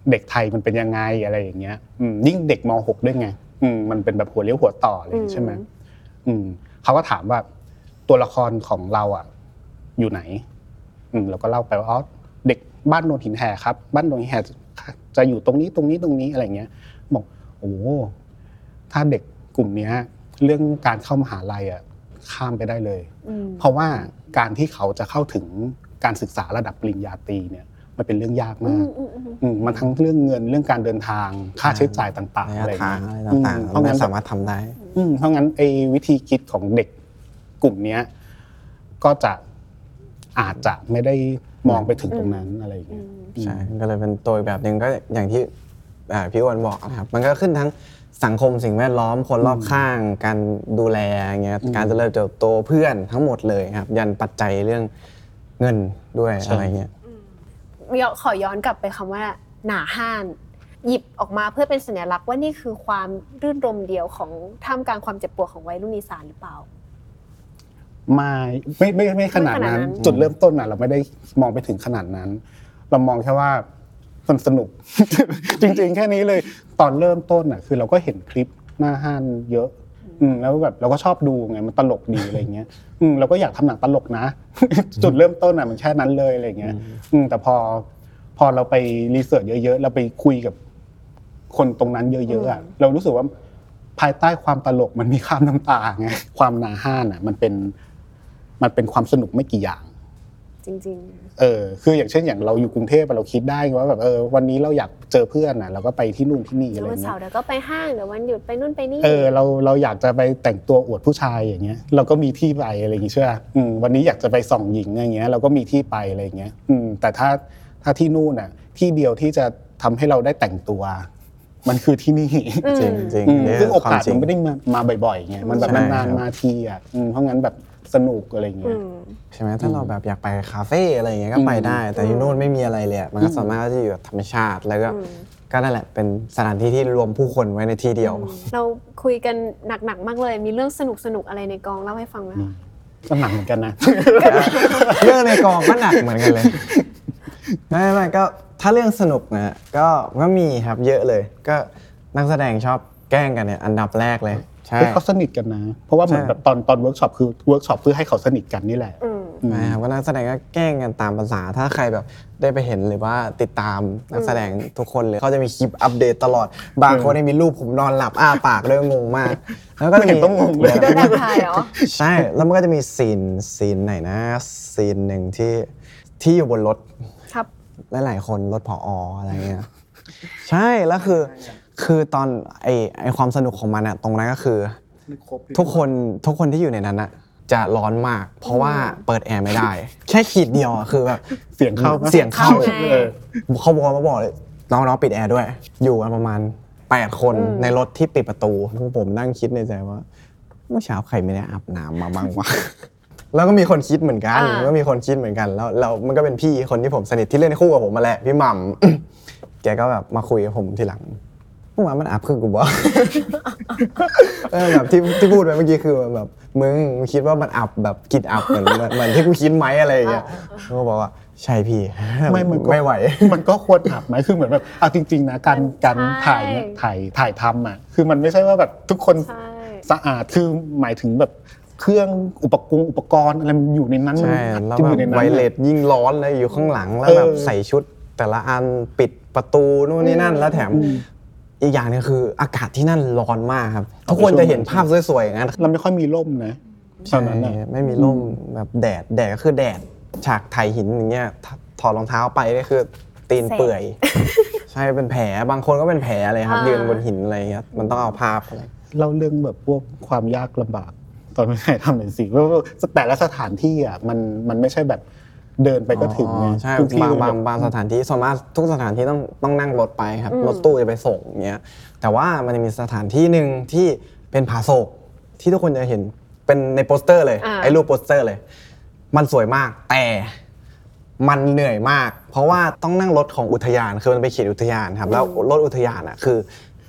C: เด็กไทยมันเป็นยังไงอะไรอย่างเงี้ยอืมยิ่งเด็กม.หก ด้วยไงอืมมันเป็นแบบหัวเลี้ยวหัวต่ออะไรอย่างงี้ใช่ไหมอืมเขาก็ถามว่าตัวละครของเราอ่ะอยู่ไหนอืมเราก็เล่าไปว่าอ๋อเด็กบ้านโนนหินแห่ครับบ้านโนนหินแห่จะอยู่ตรงนี้ตรงนี้ตรงนี้อะไรเงี้ยบอกโอ้ถ้าเด็กกลุ่มนี้เรื่องการเข้ามหาลัยอ่ะข้ามไปได้เลยเพราะว่าการที่เขาจะเข้าถึงการศึกษาระดับปริญญาตรีเนี่ยมันเป็นเรื่องยากมากมันทั้งเรื่องเงินเรื่องการเดินทางค่าใช้จ่ายต่างๆอะไรอย่างเงี้ย
D: เพราะงั้นสามารถทำได้
C: เพราะงั้นไอ้วิธีคิดของเด็กกลุ่มนี้ก็จะอาจจะไม่ได้มองไปถึงตรงนั้นอะไรอย่างเงี้ย
D: ใช่ก็เลยเป็นตัวแบบนึงก็อย่างที่พี่อ้วนบอกนะครับมันก็ขึ้นทั้งสังคมสิ่งแวดล้อมคนรอบข้างการดูแลอย่างเงี้ยการเจริญเติบโตเพื่อนทั้งหมดเลยครับยันปัจจัยเรื่องเงินด้วยอะไรเงี้ย
B: ขอย้อนกลับไปคำว่าหนาห้านหยิบออกมาเพื่อเป็นสัญลักษณ์ว่านี่คือความรื่นรมเดียวของท่ามกลางความเจ็บปวดของวัยรุ่นอีสานหรือเปล่า
C: ไม่ไม่ไม่ไม่ขนาดนั้นจุดเริ่มต้นน่ะเราไม่ได้มองไปถึงขนาดนั้นเรามองแค่ว่ามันสนุกจริงๆแค่นี้เลยตอนเริ่มต้นน่ะคือเราก็เห็นคลิปหน้าห้านเยอะอืมแล้วแบบเราก็ชอบดูไงมันตลกดีอะไรเงี้ยอืมเราก็อยากทำหนังตลกนะจุดเริ่มต้นน่ะมันแค่นั้นเลยอะไรเงี้ยอืมแต่พอพอเราไปรีเสิร์ชเยอะๆเราไปคุยกับคนตรงนั้นเยอะๆอ่ะเรารู้สึกว่าภายใต้ความตลกมันมีคราบน้ำตาไงความหน้าห้านอ่ะมันเป็นมันเป็นความสนุกไม่กี่อย่าง
B: จริงๆ
C: เออคืออย่างเช่นอย่างเราอยู่กรุงเทพเราคิดได้ว่าแบบเออวันนี้เราอยากเจอเพื่อนน่ะเราก็ไปที่นู่นที่นี่อะไรเงี้ย
B: วันเสาร์เดี๋ยวก็ไปห้างเดี๋ยววันหยุดไปนู่นไปนี่
C: เออเราเราอยากจะไปแต่งตัวอวดผู้ชายอย่างเงี้ยเราก็มีที่ไปอะไรอย่างงี้ใช่ป่ะอืมวันนี้อยากจะไปส่องหญิงอย่างเงี้ยเราก็มีที่ไปอะไรอย่างเงี้ยอืมแต่ถ้าถ้าที่นู่นน่ะที่เดียวที่จะทำให้เราได้แต่งตัวมันคือที่นี่
D: จริงจริง
C: ซึ่งโอกาสมันไม่ได้มาบ่อยๆไงมันแบบนานๆมาทีอ่ะเพราะงั้นแบบสนุกอะไรเงี้ย
D: ใช่ไหมถ้าเราแบบอยากไปคาเฟ่อะไรอย่างเงี้ยก็ไปได้แต่ที่โน่นไม่มีอะไรเลยมันก็สามารถที่จะอยู่กับธรรมชาติแล้วก็ก็นั่นแหละเป็นสถานที่ที่รวมผู้คนไว้ในที่เดียว
B: เราคุยกันหนักๆมากเลยมีเรื่องสนุกๆอะไรในกองเล่าให้ฟังไหม
C: ก็หนักเหมือนกันนะ
D: เรื่องในกองก็หนักเหมือนกันเลยไม่ไม่ก็ถ้าเรื่องสนุกนะก็ก็มีครับเยอะเลยก็นักแสดงชอบแกล้งกันเนี่ยอันดับแรกเลยใช่
C: เขาสนิทกันนะเพราะว่าเหมือนแบบตอนตอนเวิร์กช็อปคือเวิร์กช็อปเพื่อให้เขาสนิทกันนี่แหละ
D: ใช่ครับก็นักแสดงก็แกล้งกันตามภาษาถ้าใครแบบได้ไปเห็นหรือว่าติดตามนักแสดงทุกคนเลยเขาจะมีคลิปอัปเดตตลอดบางคนมีรูปผมนอนหลับอ้าปากด้วยงงมากแล้วก็
C: เห็นต้องงงเลย
B: โดนแอบถ่ายเหรอ
D: ใช่แล้วมันก็จะมีซีนซีนไหนนะซีนหนึ่งที่ที่อยู่บนรถ
B: ครับ
D: หลายๆคนรถผอ.อะไรเงี้ยใช่แล้วคือคือตอนไอไอความสนุกของมันอะตรงนั้นก็คือทุกคนทุกคนที่อยู่ในนั้นอะจะร้อนมากเพราะว่าเปิดแอร์ไม่ได้แค่ขีดเดียวอะคือแบบ
C: เสียงเข้า
D: เสียงเข้าเขาบอกมาบอกเลยน้องๆปิดแอร์ด้วยอยู่กันประมาณแปดคนในรถที่ปิดประตูพวกผมนั่งคิดในใจว่าเมื่อเช้าใครไม่ได้อาบน้ำมาบ้างวะแล้วก็มีคนคิดเหมือนกันก็มีคนคิดเหมือนกันแล้วเรามันก็เป็นพี่คนที่ผมสนิทที่เล่นคู่กับผมมาแหละพี่หม่ำแกก็แบบมาคุยกับผมทีหลังเมื่อวานมันอัพขึ้นกูบอกเออแบบที่ที่พูดไปเมื่อกี้คือแบบมึงคิดว่ามันอัพแบบคิดอัพเหมือนเหมือนที่กูคิดไหมอะไรอย่างเงี้ยเขาบอกว่าใช่พี่
C: ไม่มัน
D: ไม่ไหว
C: มันก็ควรอัพไหมคือเหมือนแบบเอาจริงๆนะการการถ่ายถ่ายถ่ายทำอ่ะคือมันไม่ใช่ว่าแบบทุกคนสะอาดคือหมายถึงแบบเครื่องอุปกรณ์อุปกรณ์อะไรมันอยู่ในนั้น
D: ใช่แล้วแบบไวเลสยิ่งร้อนเลยอยู่ข้างหลังแล้วแบบใส่ชุดแต่ละอันปิดประตูนู่นนี่นั่นแล้วแถมอีกอย่างนึงคืออากาศที่นั่นร้อนมากครับทุกคนจะเห็นภาพสวยๆอย่างนั้น
C: เราไม่ค่อยมีร่มนะตอนนั้น
D: ไม่มีร่มแบบแดดแดดก็คือแดดฉากถ่ายหินอย่างเงี้ยถอดรองเท้าไปนี่คือตีนเปื่อยใช่เป็นแผลบางคนก็เป็นแผลอะไรครับยืนบนหินอะไรเงี้ยมันต้องเอาภาพอะไร
C: เล่าเรื่องแบบพวกความยากลำบากตอนไม่ใช่ทำหน่อยสิว่าแต่ละสถานที่อ่ะมันมันไม่ใช่แบบเดินไปก็ถึงไง
D: ใช่บางบางบางสถานที่ส่วนมากทุกสถานที่ต้องต้องนั่งรถไปครับรถตู้จะไปส่งอย่างเงี้ยแต่ว่ามันจะมีสถานที่นึงที่เป็นผาโศกที่ทุกคนจะเห็นเป็นในโปสเตอร์เลยไอ้รูปโปสเตอร์เลยมันสวยมากแต่มันเหนื่อยมากเพราะว่าต้องนั่งรถของอุทยานคือมันไปเขตอุทยานครับแล้วรถอุทยานอ่ะคือ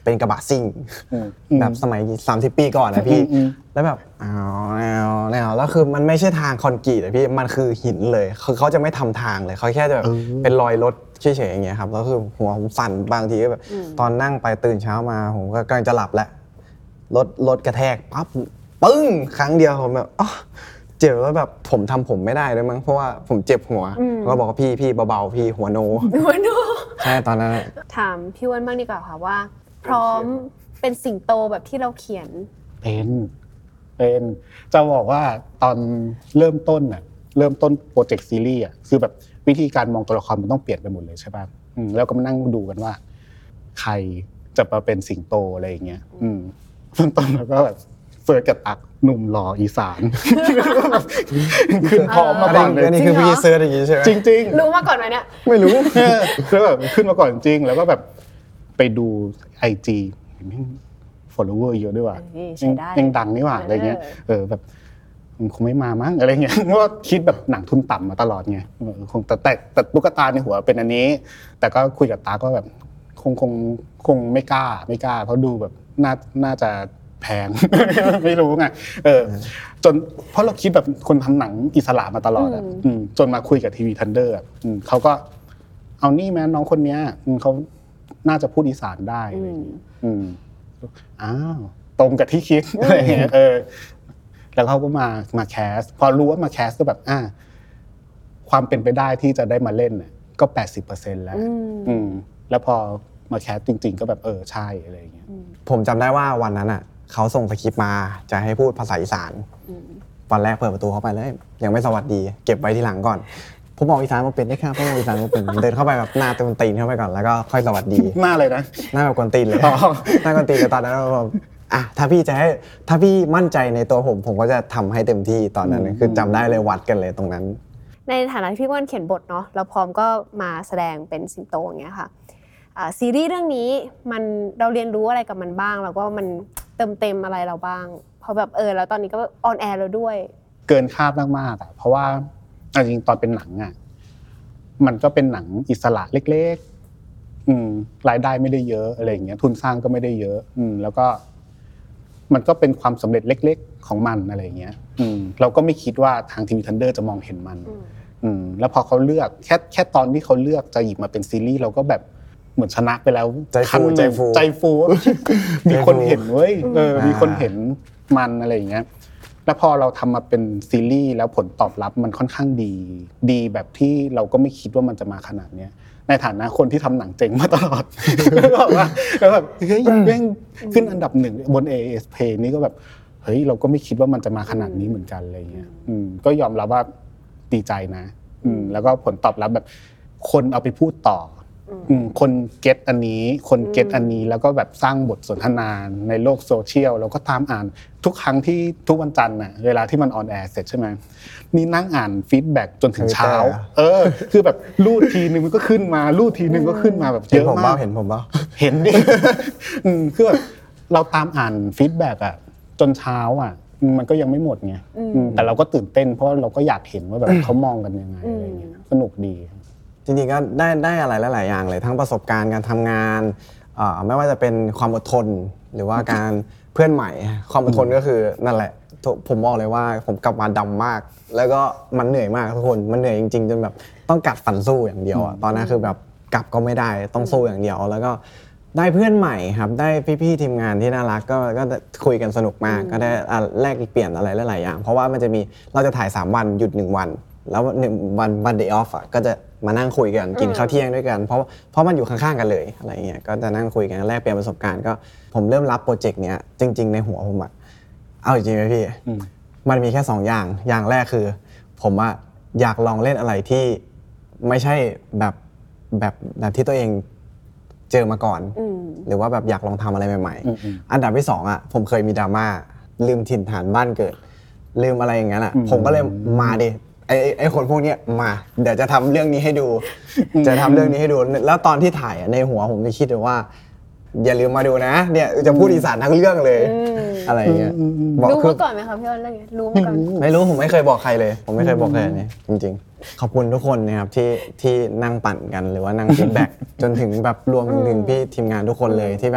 D: เป็นกระบะซิ่ง
C: อืม
D: แบบสมัยสามสิบปีก่อนนะพี่
C: อืม
D: แล้วแบบอ้าวแล้วแล้วแล้วคือมันไม่ใช่ทางคอนกรีตอะพี่มันคือหินเลยคือเขาจะไม่ทำทางเลยเขาแค่จะแบบเป็นรอยรถเฉยๆอย่างเงี้ยครับแล้วคือหัวผมสั่นบางทีก็แบบตอนนั่งไปตื่นเช้ามาผมก็กำลังจะหลับแล้วรถรถกระแทกปั๊บปึ้งครั้งเดียวผมแบบอ๋อเจ็บแล้วแบบผมทำผมไม่ได้เลยมั้งเพราะว่าผมเจ็บหัวก็บอกว่าพี่พี่เบาๆพี่หัวโน
B: หัวโน
D: ใช่ตอนนั้น
B: ถามพี่อ้วนบ้างดีกว่าค่ะว่า พร้อมเป็นสิงโตแบบที่เราเขียน
C: เป็นเป็นจะบอกว่าตอนเริ่มต้นน่ะเริ่มต้นโปรเจกต์ซีรีส์อ่ะคือแบบวิธีการมองตัวละครมันต้องเปลี่ยนไปหมดเลยใช่ป่ะอืมแล้วก็มานั่งดูกันว่า ใครจะมาเป็นสิงโตอะไรอย่างเงี้ยอืมเริ่มต้นแล้วก็แบบเฟิร์สกับตักหนุ่มหล่ออีสานขึ้นพร้อมมาก่อนเลย
D: อันนี้คือพี่เซิร์ชอย่างงี้ใช่ไหม
C: จริงๆ
B: รู้มาก่อนไหมเนี่ย
C: ไม่รู้แล้วแบบขึ้นมาก่อนจริงแล้วก็แบบไปดู ไอ จี แม่ง follower เยอะด้วยว่ะ
B: เฮ้ยใช้ได้
C: ยังดังนี่หว่าอะไรเงี้ยเออแบบมันคงไม่มามั้งอะไรเงี้ยเพราะว่าคิดแบบหนังทุนต่ำมาตลอดไงเออคงแต่แต่แต่ตุ๊กตาในหัวเป็นอันนี้ แต่ก็คุยกับตาก็แบบคงคงคงไม่กล้าไม่กล้าเพราะดูแบบน่าน่าจะแพง ไม่รู้ไงเออจนเพราะเราคิดแบบคนทำหนังอิสระมาตลอดอ่ะอืมจนมาคุยกับทีวีทันเดอร์อ่ะอืมเขาก็เอานี่แม่น้องคนเนี้ยอืมเขาน่าจะพูดอีสานได้อะไรอย่างเงี้ยอืมอ้าวตรงกับที่คิดอะไรอย่างเงี้ยเออแล้วเขาก็มามาแคสพอรู้ว่ามาแคสก็แบบอ่าความเป็นไปได้ที่จะได้มาเล่นเนี่ยก็ แปดสิบเปอร์เซ็นต์ แล้วอืมแล้วพอมาแคสจริงๆก็แบบเออใช่อะไรอย่างเงี้ย
D: ผมจำได้ว่าวันนั้นอ่ะเขาส่งสคริปต์มาจะให้พูดภาษาอีสานวันแรกเปิดประตูเข้าไปเลยยังไม่สวัสดีเก็บไว้ทีหลังก่อนผมบอกอีสานมาเป็นได้ครับผมบอกอีสานมาเป็นเดินเข้าไปแบบหน้าเต็มตีนเข้าไปก่อนแล้วก็ค่อยสวัสดี
C: หน้าเลยนะ
D: หน้าแบบกวนตีนเลยหน้ากวนตีนเลยตอนนั้นแบบอ่ะถ้าพี่จะให้ถ้าพี่มั่นใจในตัวผมผมก็จะทำให้เต็มที่ตอนนั้นคือจำได้เลยวัดกันเลยตรงนั้น
B: ในฐานะที่พี่อ้วนเขียนบทเนาะแล้วพร้อมก็มาแสดงเป็นสิงโตอย่างเงี้ยค่ะซีรีส์เรื่องนี้มันเราเรียนรู้อะไรกับมันบ้างแล้วก็มันเติมเต็มอะไรเราบ้างเพราะแบบเออแล้วตอนนี้ก็ออนแอร์แล้วด้วย
C: เกินคาดมากๆอ่ะเพราะว่าจริงๆตอนเป็นหนังอ่ะมันก็เป็นหนังอิสระเล็กๆอืมรายได้ไม่ได้เยอะอะไรอย่างเงี้ยทุนสร้างก็ไม่ได้เยอะอืมแล้วก็มันก็เป็นความสำเร็จเล็กๆของมันอะไรอย่างเงี้ยอืมเราก็ไม่คิดว่าทางทีวีทันเดอร์จะมองเห็นมันอืมแล้วพอเขาเลือกแค่แค่ตอนที่เขาเลือกจะหยิบมาเป็นซีรีส์เราก็แบบเหมือนชนะไปแล้ว
D: ใจฟูใจฟู
C: ใจฟูมีคนเห็นเว้ยเออมีคนเห็นมันอะไรอย่างเงี้ยแล้วพอเราทำมาเป็นซีรีส์แล้วผลตอบรับมันค่อนข้างดีดีแบบที่เราก็ไม่คิดว่ามันจะมาขนาดเนี้ยในฐานะคนที่ทำหนังเจ๋งมาตลอดแบบว่าแล้วแบบเฮ้ยแม่งขึ้นอันดับหนึ่งบน เอ เอส Play นี่ก็แบบเฮ้ยเราก็ไม่คิดว่ามันจะมาขนาดนี้เหมือนกันอะไรเงี้ยอืมก็ยอมรับว่าดีใจนะอืมแล้วก็ผลตอบรับแบบคนเอาไปพูดต่อคนเก็ตอันนี้คนเก็ตอันนี้แล้วก็แบบสร้างบทสนทนาในโลกโซเชียลเราก็ตามอ่านทุกครั้งที่ทุกวันจันทร์น่ะเวลาที่มันออนแอร์เสร็จใช่ไหมนี่นั่งอ่านฟีดแบ็กจนถึงเช้าเออคือแบบรูดทีนึงมันก็ขึ้นมารูดทีนึงก็ขึ้นมาแบบเยอะมาก
D: เห็นผมบ้า
C: เห็นดิคือแบบเราตามอ่านฟีดแบ็กอ่ะจนเช้าอ่ะมันก็ยังไม่หมดไงแต่เราก็ตื่นเต้นเพราะเราก็อยากเห็นว่าแบบเขามองกันยังไงอะไรเงี้ยสนุกดี
D: จริงๆก็ได้ได้อะไรหลายๆอย่างเลยทั้งประสบการณ์การทำงานไม่ว่าจะเป็นความอดทนหรือว่าการเพื่อนใหม่ความอดทนก็คือนั่นแหละผมบอกเลยว่าผมกลับมาดำมากแล้วก็มันเหนื่อยมากทุกคนมันเหนื่อยจริงๆจนแบบต้องกัดฟันสู้อย่างเดียวอ่ะตอนนั้นคือแบบกลับก็ไม่ได้ต้องสู้อย่างเดียวแล้วก็ได้เพื่อนใหม่ครับได้พี่ๆทีมงานที่น่ารักก็ก็คุยกันสนุกมากก็ได้แลกเปลี่ยนอะไรหลายๆอย่างเพราะว่ามันจะมีเราจะถ่ายสามวันหยุดหนึ่งวันแล้ววันวันเดย์ออฟอ่ะก็จะมานั่งคุยกันกินข้าวเที่ยงด้วยกันเพราะเพราะมันอยู่ข้างๆกันเลยอะไรเงี้ยก็จะนั่งคุยกันแลกเปลี่ยนประสบการณ์ก็ผมเริ่มรับโปรเจกต์เนี้ยจริงๆในหัวผมอ่ะเอาจริงๆไหมพี่มันมีแค่สองอย่างอย่างแรกคือผมอ่ะอยากลองเล่นอะไรที่ไม่ใช่แบบแบบแบบที่ตัวเองเจอมาก่อนหรือว่าแบบอยากลองทำอะไรใหม่ๆอันดับที่สองอ่ะผมเคยมีดราม่าลืมถิ่นฐานบ้านเกิดลืมอะไรอย่างนั้นอ่ะผมก็เลยมาดิไอ้ไอ้คนพวกนี้มาเดี๋ยวจะทำเรื่องนี้ให้ดูจะทำเรื่องนี้ให้ดูแล้วตอนที่ถ่ายในหัวผมจะคิดว่าอย่าลืมมาดูนะเนี่ยจะพูดอีสานทั้งเรื่องเลยอะไรอย่างเงี้ย
B: รู้มาก่อนไหมคะพี่อ้นเรื่องนี้รู้มาก่อน
D: ไม่รู้ผมไม่เคยบอกใครเลยผมไม่เคยบอกใครเลยจริงๆขอบคุณทุกคนนะครับที่ที่นั่งปั่นกันหรือว่านั่งฟีดแบ็กจนถึงแบบรวมถึงพี่ทีมงานทุกคนเลยที่แบบ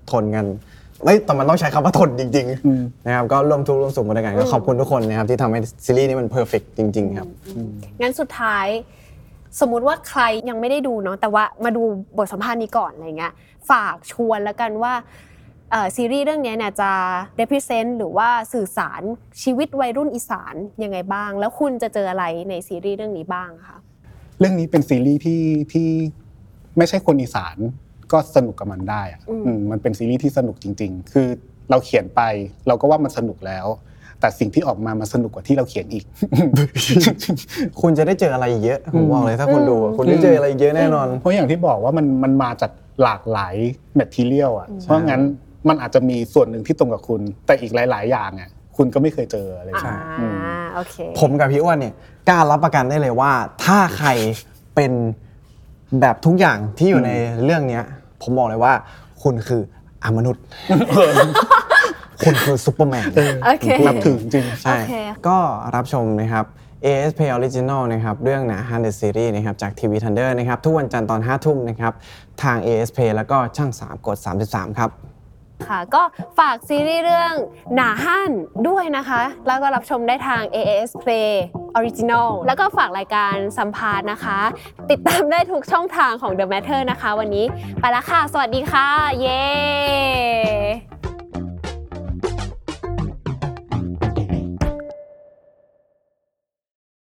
D: ทนกันไม่แต่มันต้องใช้คำว่าทนจริงๆนะครับก็ร่วมทุกข์ร่วมสุขมาด้วยกันก็ขอบคุณทุกคนนะครับที่ทำให้ซีรีส์นี้มันเพอร์เฟกต์จริงๆครับ
B: งั้นสุดท้ายสมมุติว่าใครยังไม่ได้ดูเนาะแต่ว่ามาดูบทสัมภาษณ์นี้ก่อนอะไรเงี้ยฝากชวนแล้วกันว่าเอ่อซีรีส์เรื่องนี้เนี่ยจะ represent หรือว่าสื่อสารชีวิตวัยรุ่นอีสานยังไงบ้างแล้วคุณจะเจออะไรในซีรีส์เรื่องนี้บ้างคะ
C: เรื่องนี้เป็นซีรีส์ที่ที่ไม่ใช่คนอีสานก็สนุกกับมันได้อ่ะมันเป็นซีรีส์ที่สนุกจริงๆคือเราเขียนไปเราก็ว่ามันสนุกแล้วแต่สิ่งที่ออกมามันสนุกกว่าที่เราเขียนอีก
D: คุณจะได้เจออะไรเยอะผมบอกเลยถ้าคุณดูคุณได้เจออะไรเยอะแน่นอน
C: เพราะอย่างที่บอกว่ามันมันมาจากหลากหลายแมททีเรียลอ่ะเพราะงั้นมันอาจจะมีส่วนหนึ่งที่ตรงกับคุณแต่อีกหลายๆอย่างอ่ะคุณก็ไม่เคยเจออะไรใช่
B: โอเค
D: ผมกับพี่อ้วนเนี่ยกล้ารับประกันได้เลยว่าถ้าใครเป็นแบบทุกอย่างที่อยู่ในเรื่องนี้ผมบอกเลยว่าคุณคืออมนุษย์คุณคือซุปเปอร์แมน
C: นับถือจริง
D: ใช่ก็รับชมนะครับ เอ เอส Play Original นะครับเรื่องหนาฮันเดอะซีรีส์นะครับจาก ที วี Thunder นะครับทุกวันจันทร์ตอน ห้าทุ่มนะครับทาง เอ เอส Play แล้วก็ช่องสามกดสามสิบสามครับ
B: ค่ะก็ฝากซีรีส์เรื่องหนาฮั่นด้วยนะคะแล้วก็รับชมได้ทาง เอ เอ เอส Play Original แล้วก็ฝากรายการสัมภาษณ์นะคะติดตามได้ทุกช่องทางของ The Matter นะคะวันนี้ไปแล้วค่ะสวัสดีค่ะเย้